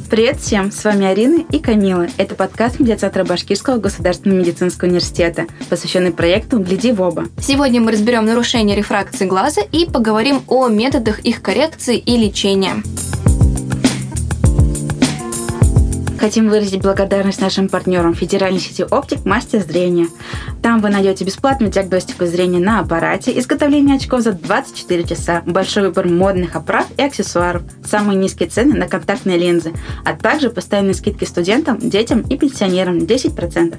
Привет всем, с вами Арина и Камила. Это подкаст Медиацентра Башкирского государственного медицинского университета, посвященный проекту «Гляди в оба». Сегодня мы разберем нарушения рефракции глаза и поговорим о методах их коррекции и лечения. Хотим выразить благодарность нашим партнерам Федеральной сети оптик «Мастер зрения». Там вы найдете бесплатную диагностику зрения на аппарате, изготовление очков за 24 часа, большой выбор модных оправ и аксессуаров, самые низкие цены на контактные линзы, а также постоянные скидки студентам, детям и пенсионерам 10%.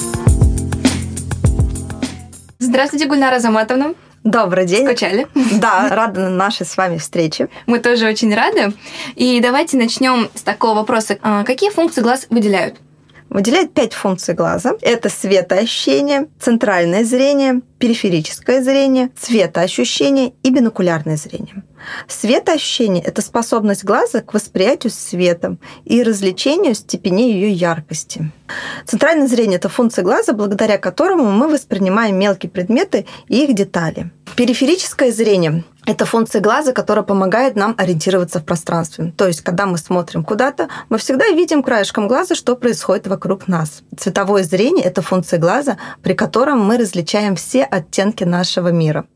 Здравствуйте, Гульнара Азаматовна. Добрый день. Скучали? Да, рада нашей с вами встрече. Мы тоже очень рады. И давайте начнем с такого вопроса. Какие функции глаз выделяют? Выделяет 5 функций глаза. Это светоощущение, центральное зрение, периферическое зрение, цветоощущение и бинокулярное зрение. Светоощущение – это способность глаза к восприятию света и различению степеней ее яркости. Центральное зрение – это функция глаза, благодаря которому мы воспринимаем мелкие предметы и их детали. Периферическое зрение – это функция глаза, которая помогает нам ориентироваться в пространстве. То есть, когда мы смотрим куда-то, мы всегда видим краешком глаза, что происходит вокруг нас. Цветовое зрение – это функция глаза, при котором мы различаем все оттенки нашего мира.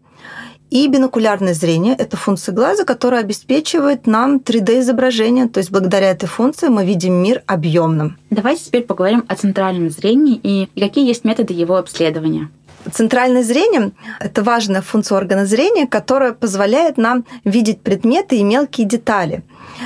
И бинокулярное зрение – это функция глаза, которая обеспечивает нам 3D-изображение, то есть благодаря этой функции мы видим мир объемным. Давайте теперь поговорим о центральном зрении и какие есть методы его обследования. Центральное зрение – это важная функция органа зрения, которая позволяет нам видеть предметы и мелкие детали.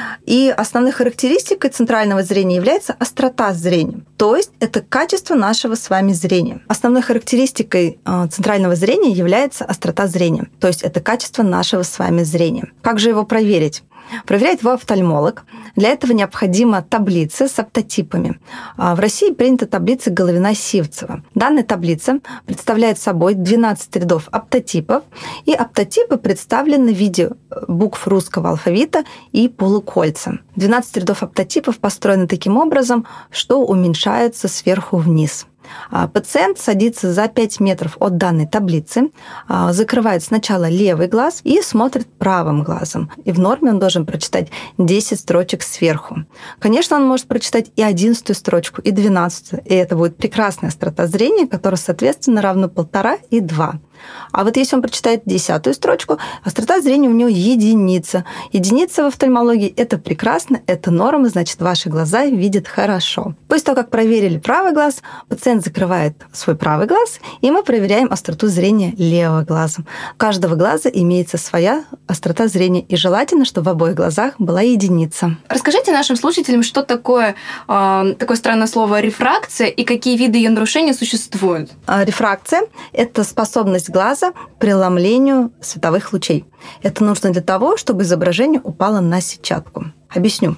И основной характеристикой центрального зрения является острота зрения, то есть это качество нашего с вами зрения. Основной характеристикой центрального зрения является острота зрения, то есть это качество нашего с вами зрения. Как же его проверить? Проверяет его офтальмолог. Для этого необходима таблица с оптотипами. В России принята таблица Головина-Сивцева. Данная таблица представляет собой 12 рядов оптотипов, и оптотипы представлены в виде букв русского алфавита и полукольца. 12 рядов оптотипов построены таким образом, что уменьшаются сверху вниз. Пациент садится за 5 метров от данной таблицы, закрывает сначала левый глаз и смотрит правым глазом. И в норме он должен прочитать 10 строчек сверху. Конечно, он может прочитать и 11 строчку, и 12, и это будет прекрасная острота зрения, которая, соответственно, равна 1,5 и 2. А вот если он прочитает 10 строчку, острота зрения у него единица. Единица в офтальмологии – это прекрасно, это норма, значит, ваши глаза видят хорошо. После того, как проверили правый глаз, пациент закрывает свой правый глаз, и мы проверяем остроту зрения левого глаза. У каждого глаза имеется своя острота зрения, и желательно, чтобы в обоих глазах была единица. Расскажите нашим слушателям, что такое странное слово рефракция и какие виды ее нарушения существуют. Рефракция – это способность глаза к преломлению световых лучей. Это нужно для того, чтобы изображение упало на сетчатку. Объясню.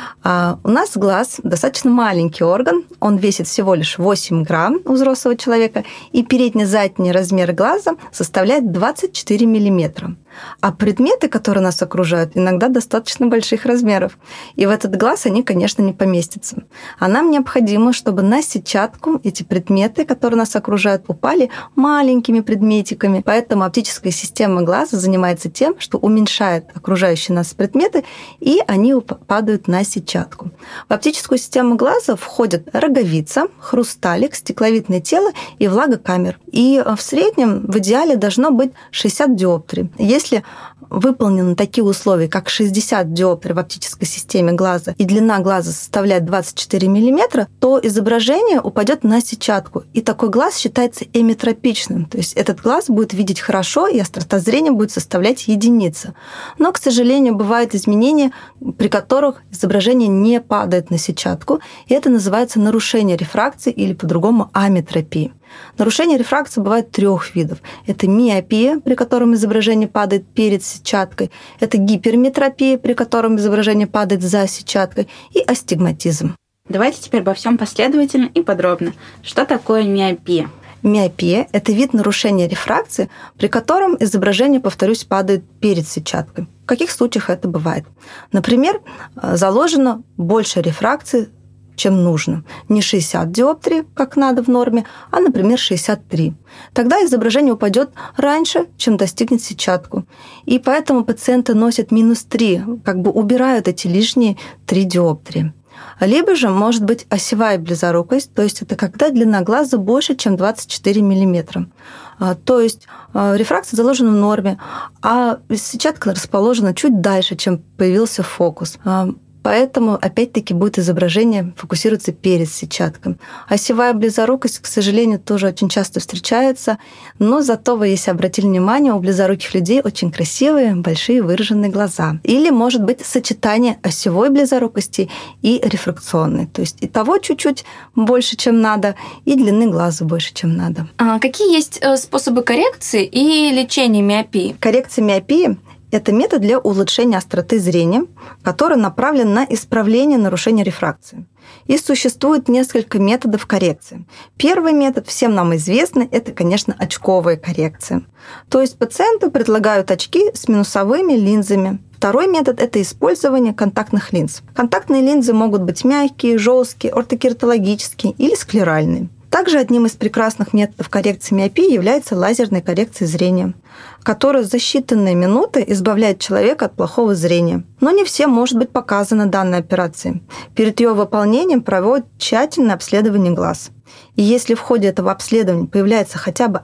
У нас глаз достаточно маленький орган, он весит всего лишь 8 грамм у взрослого человека, и передне-задний размер глаза составляет 24 миллиметра. А предметы, которые нас окружают, иногда достаточно больших размеров. И в этот глаз они, конечно, не поместятся. А нам необходимо, чтобы на сетчатку эти предметы, которые нас окружают, упали маленькими предметиками. Поэтому оптическая система глаза занимается тем, что уменьшает окружающие нас предметы, и они падают на сетчатку. В оптическую систему глаза входят роговица, хрусталик, стекловидное тело и влагокамер. И в среднем, в идеале, должно быть 60 диоптрий. Если выполнены такие условия, как 60 диоптрий в оптической системе глаза и длина глаза составляет 24 мм, то изображение упадет на сетчатку. И такой глаз считается эметропичным. То есть этот глаз будет видеть хорошо, и острота зрения будет составлять единицу. Но, к сожалению, бывают изменения, при которых изображение не падает на сетчатку, и это называется нарушение рефракции или по-другому аметропия. Нарушение рефракции бывает 3 видов. Это миопия, при котором изображение падает перед сетчаткой. Это гиперметропия, при котором изображение падает за сетчаткой. И астигматизм. Давайте теперь обо всем последовательно и подробно. Что такое миопия? Миопия – это вид нарушения рефракции, при котором изображение, повторюсь, падает перед сетчаткой. В каких случаях это бывает? Например, заложено больше рефракции, чем нужно. Не 60 диоптрий, как надо в норме, а, например, 63. Тогда изображение упадет раньше, чем достигнет сетчатку. И поэтому пациенты носят -3, как бы убирают эти лишние 3 диоптрии. Либо же может быть осевая близорукость, то есть это когда длина глаза больше, чем 24 мм. То есть рефракция заложена в норме, а сетчатка расположена чуть дальше, чем появился фокус. Поэтому, опять-таки, будет изображение фокусироваться перед сетчаткой. Осевая близорукость, к сожалению, тоже очень часто встречается, но зато вы, если обратили внимание, у близоруких людей очень красивые, большие выраженные глаза. Или, может быть, сочетание осевой близорукости и рефракционной. То есть и того чуть-чуть больше, чем надо, и длины глаза больше, чем надо. Какие есть способы коррекции и лечения миопии? Коррекция миопии – это метод для улучшения остроты зрения, который направлен на исправление нарушения рефракции. И существует несколько методов коррекции. Первый метод, всем нам известный, это, конечно, очковая коррекция. То есть пациенту предлагают очки с минусовыми линзами. Второй метод – это использование контактных линз. Контактные линзы могут быть мягкие, жесткие, ортокератологические или склеральные. Также одним из прекрасных методов коррекции миопии является лазерная коррекция зрения, которая за считанные минуты избавляет человека от плохого зрения. Но не всем может быть показана данная операция. Перед ее выполнением проводят тщательное обследование глаз. И если в ходе этого обследования появляется хотя бы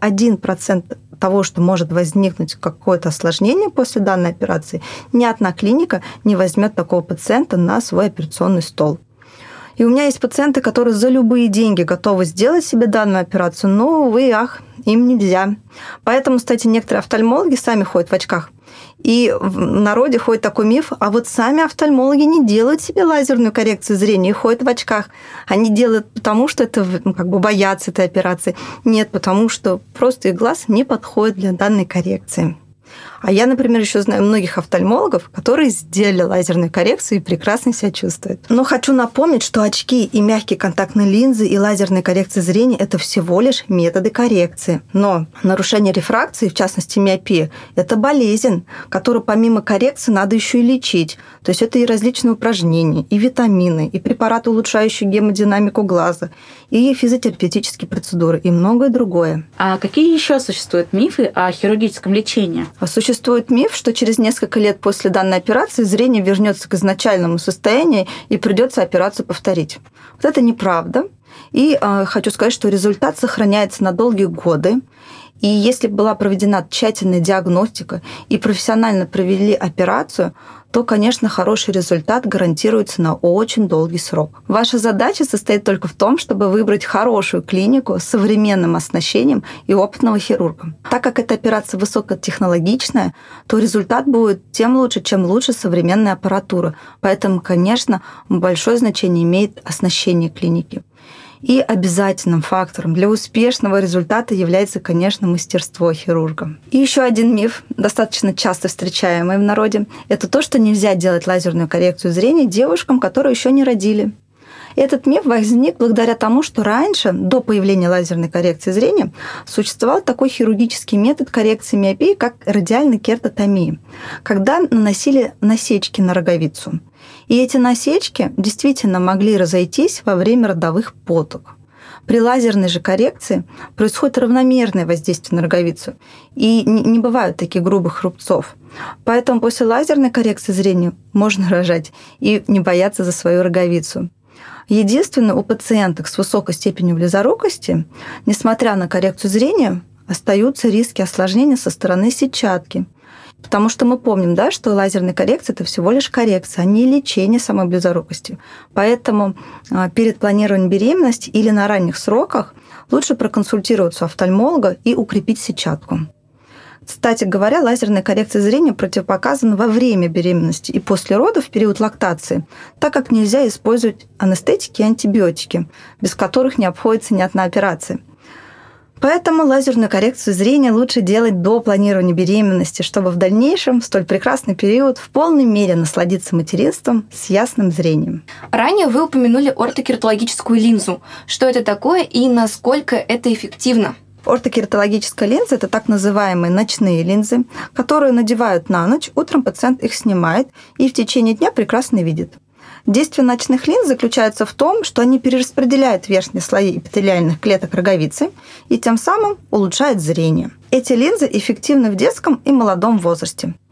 1% того, что может возникнуть какое-то осложнение после данной операции, ни одна клиника не возьмет такого пациента на свой операционный стол. И у меня есть пациенты, которые за любые деньги готовы сделать себе данную операцию, но, увы, ах, им нельзя. Поэтому, кстати, некоторые офтальмологи сами ходят в очках. И в народе ходит такой миф, а вот сами офтальмологи не делают себе лазерную коррекцию зрения и ходят в очках. Они делают потому, что это боятся этой операции. Нет, потому что просто их глаз не подходит для данной коррекции. А я, например, еще знаю многих офтальмологов, которые сделали лазерную коррекцию и прекрасно себя чувствуют. Но хочу напомнить, что очки и мягкие контактные линзы и лазерная коррекция зрения – это всего лишь методы коррекции. Но нарушение рефракции, в частности миопия, это болезнь, которую помимо коррекции надо еще и лечить. То есть это и различные упражнения, и витамины, и препараты, улучшающие гемодинамику глаза, и физиотерапевтические процедуры, и многое другое. А какие еще существуют мифы о хирургическом лечении? Существует миф, что через несколько лет после данной операции зрение вернется к изначальному состоянию и придется операцию повторить. Вот это неправда. И хочу сказать, что результат сохраняется на долгие годы. И если была проведена тщательная диагностика и профессионально провели операцию, то, конечно, хороший результат гарантируется на очень долгий срок. Ваша задача состоит только в том, чтобы выбрать хорошую клинику с современным оснащением и опытного хирурга. Так как эта операция высокотехнологичная, то результат будет тем лучше, чем лучше современная аппаратура. Поэтому, конечно, большое значение имеет оснащение клиники. И обязательным фактором для успешного результата является, конечно, мастерство хирурга. И еще один миф, достаточно часто встречаемый в народе, это то, что нельзя делать лазерную коррекцию зрения девушкам, которые еще не родили. Этот миф возник благодаря тому, что раньше, до появления лазерной коррекции зрения, существовал такой хирургический метод коррекции миопии, как радиальная кертотомия, когда наносили насечки на роговицу. И эти насечки действительно могли разойтись во время родовых потуг. При лазерной же коррекции происходит равномерное воздействие на роговицу, и не бывают таких грубых рубцов. Поэтому после лазерной коррекции зрения можно рожать и не бояться за свою роговицу. Единственное, у пациенток с высокой степенью близорукости, несмотря на коррекцию зрения, остаются риски осложнений со стороны сетчатки. Потому что мы помним, да, что лазерная коррекция – это всего лишь коррекция, а не лечение самой близорукости. Поэтому перед планированием беременности или на ранних сроках лучше проконсультироваться у офтальмолога и укрепить сетчатку. Кстати говоря, лазерная коррекция зрения противопоказана во время беременности и после родов в период лактации, так как нельзя использовать анестетики и антибиотики, без которых не обходится ни одна операция. Поэтому лазерную коррекцию зрения лучше делать до планирования беременности, чтобы в дальнейшем, в столь прекрасный период, в полной мере насладиться материнством с ясным зрением. Ранее вы упомянули ортокератологическую линзу. Что это такое и насколько это эффективно? Ортокератологическая линза – это так называемые ночные линзы, которые надевают на ночь, утром пациент их снимает и в течение дня прекрасно видит. Действие ночных линз заключается в том, что они перераспределяют верхние слои эпителиальных клеток роговицы и тем самым улучшают зрение. Эти линзы эффективны в детском и молодом возрасте.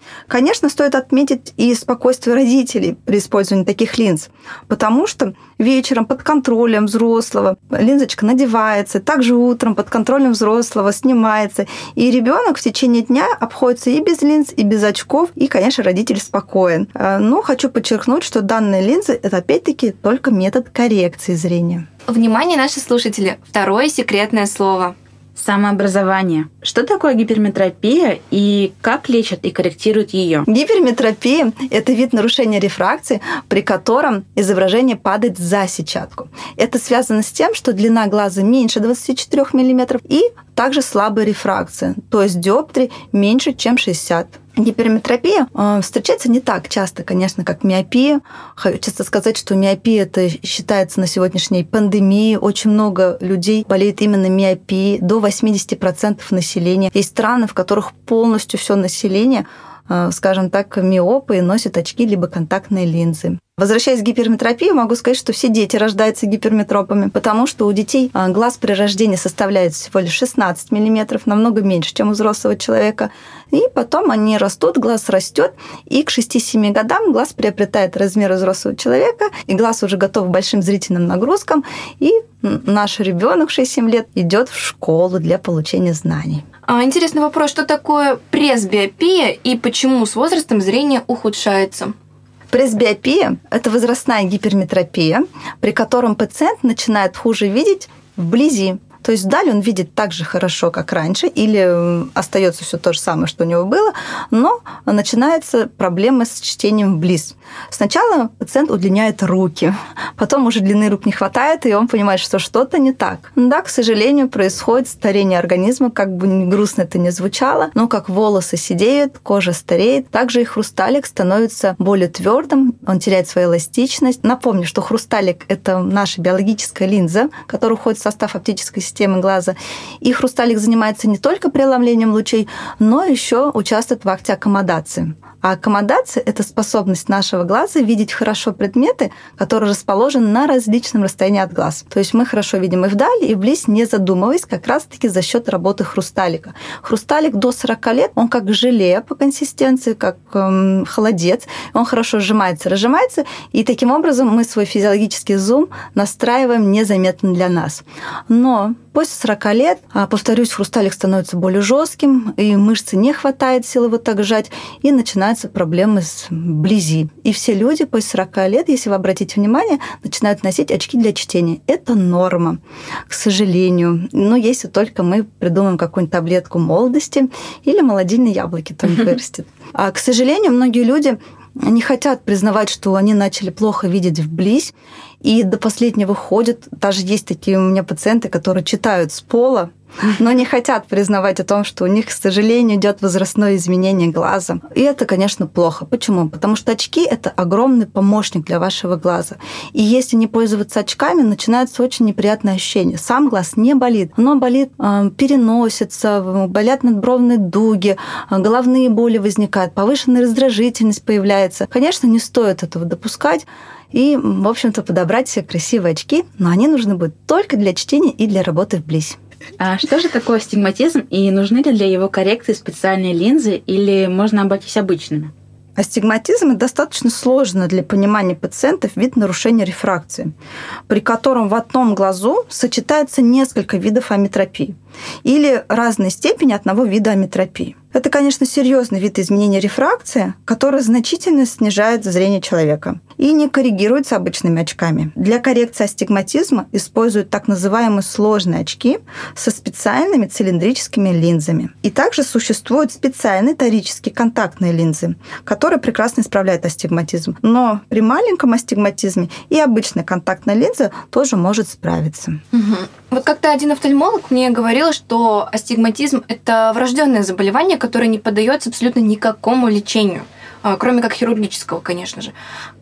Конечно, стоит отметить и спокойствие родителей при использовании таких линз, потому что вечером под контролем взрослого линзочка надевается, также утром под контролем взрослого снимается, и ребенок в течение дня обходится и без линз, и без очков, и, конечно, родитель спокоен. Но хочу подчеркнуть, что данные линзы – это, опять-таки, только метод коррекции зрения. Внимание, наши слушатели! Второе секретное слово. Самообразование. Что такое гиперметропия и как лечат и корректируют ее? Гиперметропия – это вид нарушения рефракции, при котором изображение падает за сетчатку. Это связано с тем, что длина глаза меньше 24 мм и также слабая рефракция, то есть диоптрий меньше, чем 60. Гиперметропия встречается не так часто, конечно, как миопия. Хочется сказать, что миопия это считается на сегодняшней пандемии. Очень много людей болеет именно миопией, до 80% населения. Есть страны, в которых полностью все население, скажем так, миопы и носят очки либо контактные линзы. Возвращаясь к гиперметропии, могу сказать, что все дети рождаются гиперметропами, потому что у детей глаз при рождении составляет всего лишь 16 мм, намного меньше, чем у взрослого человека. И потом они растут, глаз растет, и к 6-7 годам глаз приобретает размер взрослого человека, и глаз уже готов к большим зрительным нагрузкам, и наш ребенок в 6-7 лет идет в школу для получения знаний. Интересный вопрос, что такое пресбиопия и почему с возрастом зрение ухудшается? Пресбиопия – это возрастная гиперметропия, при котором пациент начинает хуже видеть вблизи. То есть вдали он видит так же хорошо, как раньше, или остается все то же самое, что у него было, но начинаются проблемы с чтением вблизь. Сначала пациент удлиняет руки, потом уже длины рук не хватает, и он понимает, что что-то не так. Да, к сожалению, происходит старение организма, как бы грустно это ни звучало, но как волосы седеют, кожа стареет, также и хрусталик становится более твердым, он теряет свою эластичность. Напомню, что хрусталик – это наша биологическая линза, которая входит в состав оптической системы глаза. И хрусталик занимается не только преломлением лучей, но еще участвует в акте аккомодации. А аккомодация – это способность нашего глаза видеть хорошо предметы, которые расположены на различном расстоянии от глаз. То есть мы хорошо видим и вдали, и вблизь, не задумываясь, как раз-таки за счет работы хрусталика. Хрусталик до 40 лет, он как желе по консистенции, как холодец, он хорошо сжимается, разжимается, и таким образом мы свой физиологический зум настраиваем незаметно для нас. Но после 40 лет, повторюсь, хрусталик становится более жестким, и мышцы не хватает сил его так сжать, и начинаются проблемы вблизи. И все люди после 40 лет, если вы обратите внимание, начинают носить очки для чтения. Это норма, к сожалению. Но если только мы придумаем какую-нибудь таблетку молодости или молодильные яблоки там вырастет. А, к сожалению, многие люди не хотят признавать, что они начали плохо видеть вблизь, и до последнего ходят. Даже есть такие у меня пациенты, которые читают с пола, но не хотят признавать о том, что у них, к сожалению, идет возрастное изменение глаза. И это, конечно, плохо. Почему? Потому что очки – это огромный помощник для вашего глаза. И если не пользоваться очками, начинаются очень неприятные ощущения. Сам глаз не болит. Оно болит переносится, болят надбровные дуги, головные боли возникают, повышенная раздражительность появляется. Конечно, не стоит этого допускать. И, в общем-то, подобрать себе красивые очки, но они нужны будут только для чтения и для работы вблизь. А что же такое астигматизм и нужны ли для его коррекции специальные линзы или можно обойтись обычными? Астигматизм – это достаточно сложно для понимания пациентов вид нарушения рефракции, при котором в одном глазу сочетается несколько видов аметропии или разной степени одного вида аметропии. Это, конечно, серьезный вид изменения рефракции, который значительно снижает зрение человека и не коррегируется обычными очками. Для коррекции астигматизма используют так называемые сложные очки со специальными цилиндрическими линзами. И также существуют специальные торические контактные линзы, которые прекрасно исправляют астигматизм. Но при маленьком астигматизме и обычная контактная линза тоже может справиться. Вот как-то один офтальмолог мне говорил, что астигматизм – это врожденное заболевание, которое не поддается абсолютно никакому лечению, кроме как хирургического, конечно же.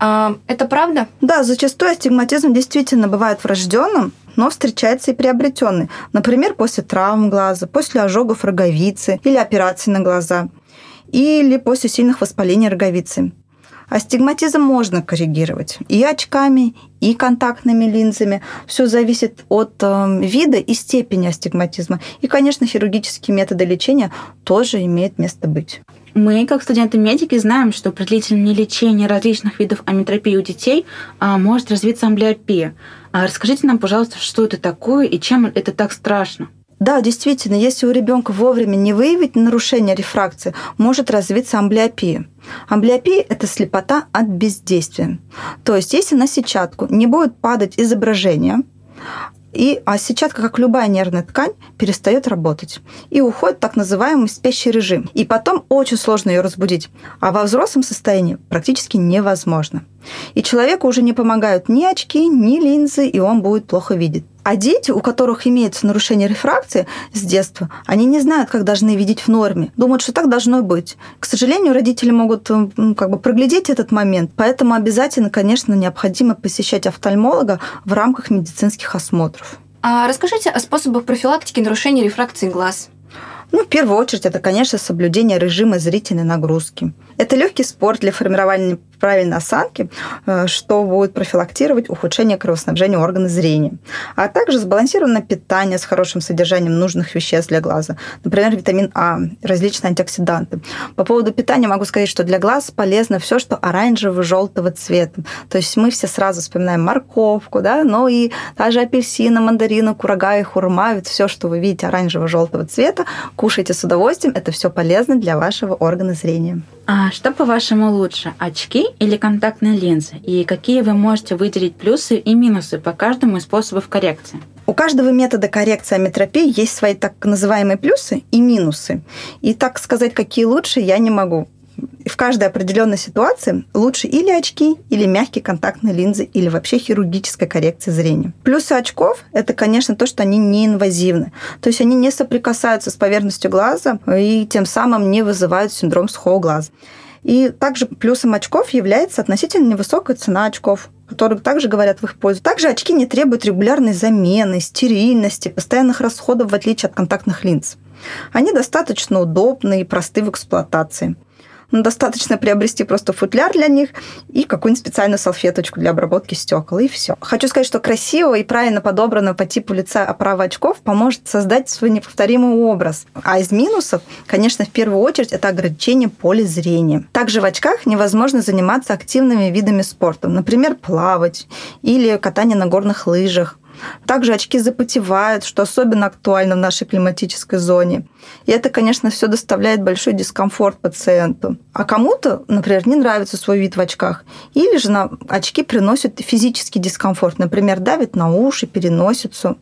Это правда? Да, зачастую астигматизм действительно бывает врожденным, но встречается и приобретенный. Например, после травм глаза, после ожогов роговицы или операции на глаза, или после сильных воспалений роговицы. Астигматизм можно коррегировать и очками, и контактными линзами. Все зависит от вида и степени астигматизма. И, конечно, хирургические методы лечения тоже имеют место быть. Мы, как студенты-медики, знаем, что при длительном лечении различных видов аметропии у детей может развиться амблиопия. Расскажите нам, пожалуйста, что это такое и чем это так страшно? Да, действительно, если у ребенка вовремя не выявить нарушение рефракции, может развиться амблиопия. Амблиопия – это слепота от бездействия. То есть, если на сетчатку не будет падать изображение, а сетчатка, как любая нервная ткань, перестает работать. И уходит так называемый спящий режим. И потом очень сложно ее разбудить. А во взрослом состоянии практически невозможно. И человеку уже не помогают ни очки, ни линзы, и он будет плохо видеть. А дети, у которых имеется нарушение рефракции с детства, они не знают, как должны видеть в норме. Думают, что так должно быть. К сожалению, родители могут проглядеть этот момент. Поэтому обязательно, конечно, необходимо посещать офтальмолога в рамках медицинских осмотров. А расскажите о способах профилактики нарушения рефракции глаз. В первую очередь, это, конечно, соблюдение режима зрительной нагрузки. Это легкий спорт для формирования правильной осанки, что будет профилактировать ухудшение кровоснабжения органа зрения. А также сбалансированное питание с хорошим содержанием нужных веществ для глаза. Например, витамин А, различные антиоксиданты. По поводу питания могу сказать, что для глаз полезно все, что оранжево-желтого цвета. То есть мы все сразу вспоминаем морковку, да, но и даже апельсины, мандарины, курага и хурма, ведь все, что вы видите оранжево-желтого цвета, кушайте с удовольствием, это все полезно для вашего органа зрения. А что, по-вашему, лучше, очки или контактные линзы? И какие вы можете выделить плюсы и минусы по каждому из способов коррекции? У каждого метода коррекции аметропии есть свои так называемые плюсы и минусы. И так сказать, какие лучше, я не могу. В каждой определенной ситуации лучше или очки, или мягкие контактные линзы, или вообще хирургическая коррекция зрения. Плюсы очков – это, конечно, то, что они неинвазивны. То есть они не соприкасаются с поверхностью глаза и тем самым не вызывают синдром сухого глаза. И также плюсом очков является относительно невысокая цена очков, которые также говорят в их пользу. Также очки не требуют регулярной замены, стерильности, постоянных расходов, в отличие от контактных линз. Они достаточно удобны и просты в эксплуатации. Достаточно приобрести просто футляр для них и какую-нибудь специальную салфеточку для обработки стекол, и все. Хочу сказать, что красивого и правильно подобранного по типу лица оправа очков поможет создать свой неповторимый образ. А из минусов, конечно, в первую очередь, это ограничение поля зрения. Также в очках невозможно заниматься активными видами спорта, например, плавать или катание на горных лыжах. Также очки запотевают, что особенно актуально в нашей климатической зоне. И это, конечно, все доставляет большой дискомфорт пациенту. А кому-то, например, не нравится свой вид в очках. Или же очки приносят физический дискомфорт. Например, давят на уши, переносицу.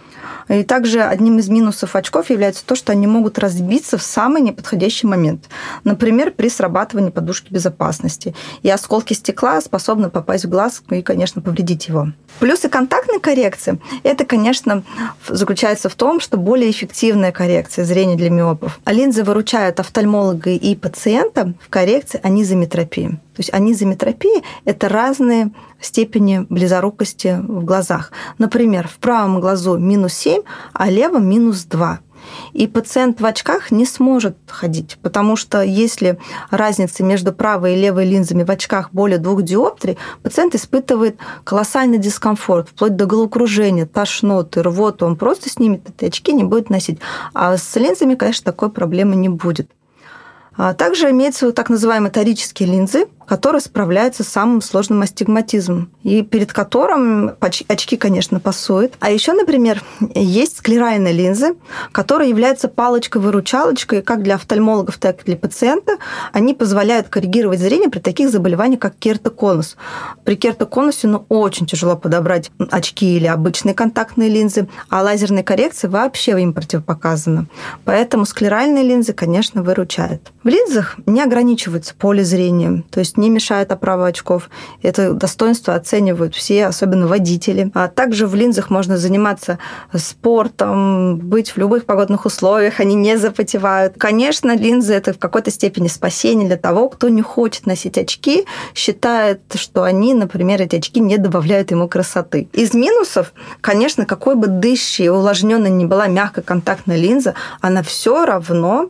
И также одним из минусов очков является то, что они могут разбиться в самый неподходящий момент. Например, при срабатывании подушки безопасности. И осколки стекла способны попасть в глаз и, конечно, повредить его. Плюсы контактной коррекции – это, конечно, заключается в том, что более эффективная коррекция зрения для миопов. А линзы выручают офтальмолога и пациента в коррекции анизометропии. То есть анизометропия – это разные степени близорукости в глазах. Например, в правом глазу -7, а в левом -2. И пациент в очках не сможет ходить, потому что если разница между правой и левой линзами в очках более 2 диоптрий, пациент испытывает колоссальный дискомфорт, вплоть до головокружения, тошноты, рвоты. Он просто снимет эти очки, не будет носить. А с линзами, конечно, такой проблемы не будет. Также имеются так называемые торические линзы, которые справляются с самым сложным астигматизмом, и перед которым очки, конечно, пасуют. А еще, например, есть склеральные линзы, которые являются палочкой-выручалочкой как для офтальмологов, так и для пациента. Они позволяют коррегировать зрение при таких заболеваниях, как кератоконус. При кератоконусе очень тяжело подобрать очки или обычные контактные линзы, а лазерной коррекции вообще им противопоказано. Поэтому склеральные линзы, конечно, выручают. В линзах не ограничивается поле зрения, то есть не мешает оправа очков. Это достоинство оценивают все, особенно водители. А также в линзах можно заниматься спортом, быть в любых погодных условиях, они не запотевают. Конечно, линзы – это в какой-то степени спасение для того, кто не хочет носить очки, считает, что они, например, эти очки не добавляют ему красоты. Из минусов, конечно, какой бы дышащей и увлажненной ни была мягкая контактная линза, она все равно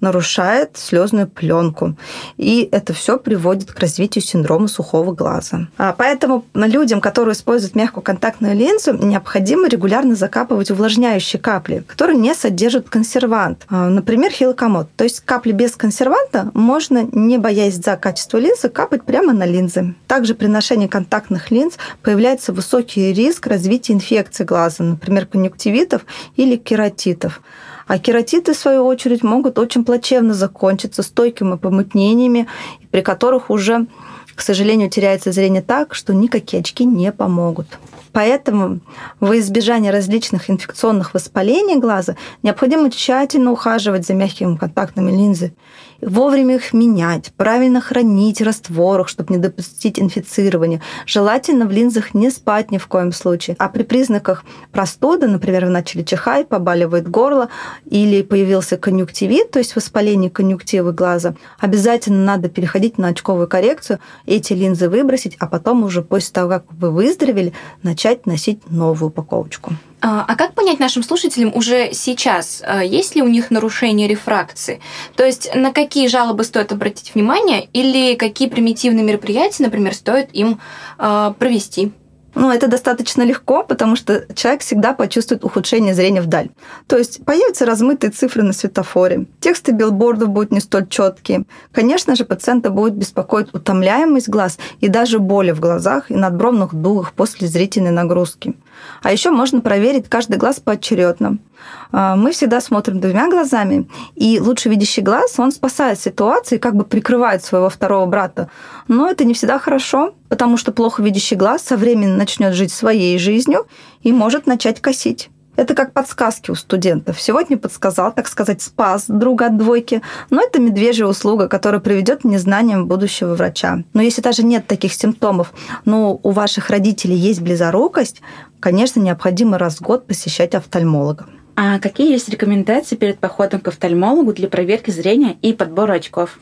нарушает слезную пленку. И это все приводит к развитию синдрома сухого глаза. Поэтому людям, которые используют мягкую контактную линзу, необходимо регулярно закапывать увлажняющие капли, которые не содержат консервант. Например, хилокомод. То есть капли без консерванта можно, не боясь за качество линзы, капать прямо на линзы. Также при ношении контактных линз появляется высокий риск развития инфекций глаза, например, конъюнктивитов или кератитов. А кератиты, в свою очередь, могут очень плачевно закончиться стойкими помутнениями, при которых уже, к сожалению, теряется зрение так, что никакие очки не помогут. Поэтому во избежание различных инфекционных воспалений глаза необходимо тщательно ухаживать за мягкими контактными линзами, вовремя их менять, правильно хранить в растворах, чтобы не допустить инфицирования. Желательно в линзах не спать ни в коем случае. А при признаках простуды, например, вы начали чихать, побаливает горло или появился конъюнктивит, то есть воспаление конъюнктивы глаза, обязательно надо переходить на очковую коррекцию, эти линзы выбросить, а потом уже после того, как вы выздоровели, начать носить новую упаковочку. А как понять нашим слушателям уже сейчас, есть ли у них нарушение рефракции? То есть на какие жалобы стоит обратить внимание или какие примитивные мероприятия, например, стоит им провести? Это достаточно легко, потому что человек всегда почувствует ухудшение зрения вдаль. То есть появятся размытые цифры на светофоре, тексты билбордов будут не столь четкие. Конечно же, пациента будет беспокоить утомляемость глаз и даже боли в глазах и надбровных дугах после зрительной нагрузки. А еще можно проверить каждый глаз поочередно. Мы всегда смотрим двумя глазами, и лучше видящий глаз, он спасает ситуацию и как бы прикрывает своего второго брата. Но это не всегда хорошо, потому что плохо видящий глаз со временем начнет жить своей жизнью и может начать косить. Это как подсказки у студентов. Сегодня подсказал, так сказать, спас друга от двойки, но это медвежья услуга, которая приведет к незнаниям будущего врача. Но если даже нет таких симптомов, но у ваших родителей есть близорукость, конечно, необходимо раз в год посещать офтальмолога. А какие есть рекомендации перед походом к офтальмологу для проверки зрения и подбора очков?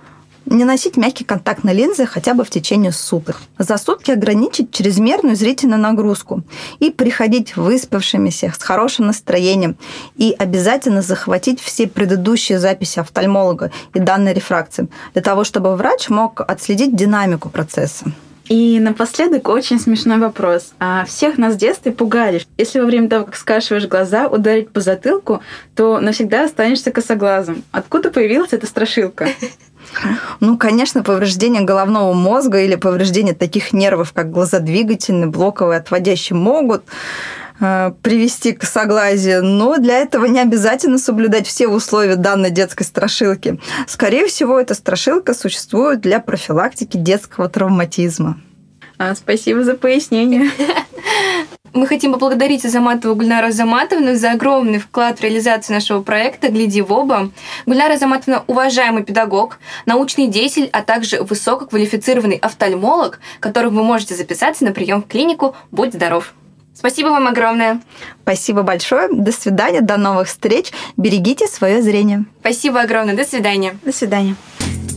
Не носить мягкие контактные линзы хотя бы в течение суток. За сутки ограничить чрезмерную зрительную нагрузку и приходить выспавшимися, с хорошим настроением. И обязательно захватить все предыдущие записи офтальмолога и данные рефракции, для того, чтобы врач мог отследить динамику процесса. И напоследок очень смешной вопрос. Всех нас в детстве пугали. Если во время того, как скашиваешь глаза, ударить по затылку, то навсегда останешься косоглазым. Откуда появилась эта страшилка? Конечно, повреждение головного мозга или повреждение таких нервов, как глазодвигательный, блоковый, отводящий, могут привести к косоглазию, но для этого не обязательно соблюдать все условия данной детской страшилки. Скорее всего, эта страшилка существует для профилактики детского травматизма. Спасибо за пояснение. Мы хотим поблагодарить Азаматову Гульнару Азаматовну за огромный вклад в реализацию нашего проекта «Гляди в оба». Гульнара Азаматовна – уважаемый педагог, научный деятель, а также высококвалифицированный офтальмолог, которым вы можете записаться на прием в клинику «Будь здоров». Спасибо вам огромное. Спасибо большое. До свидания, до новых встреч. Берегите свое зрение. Спасибо огромное. До свидания. До свидания.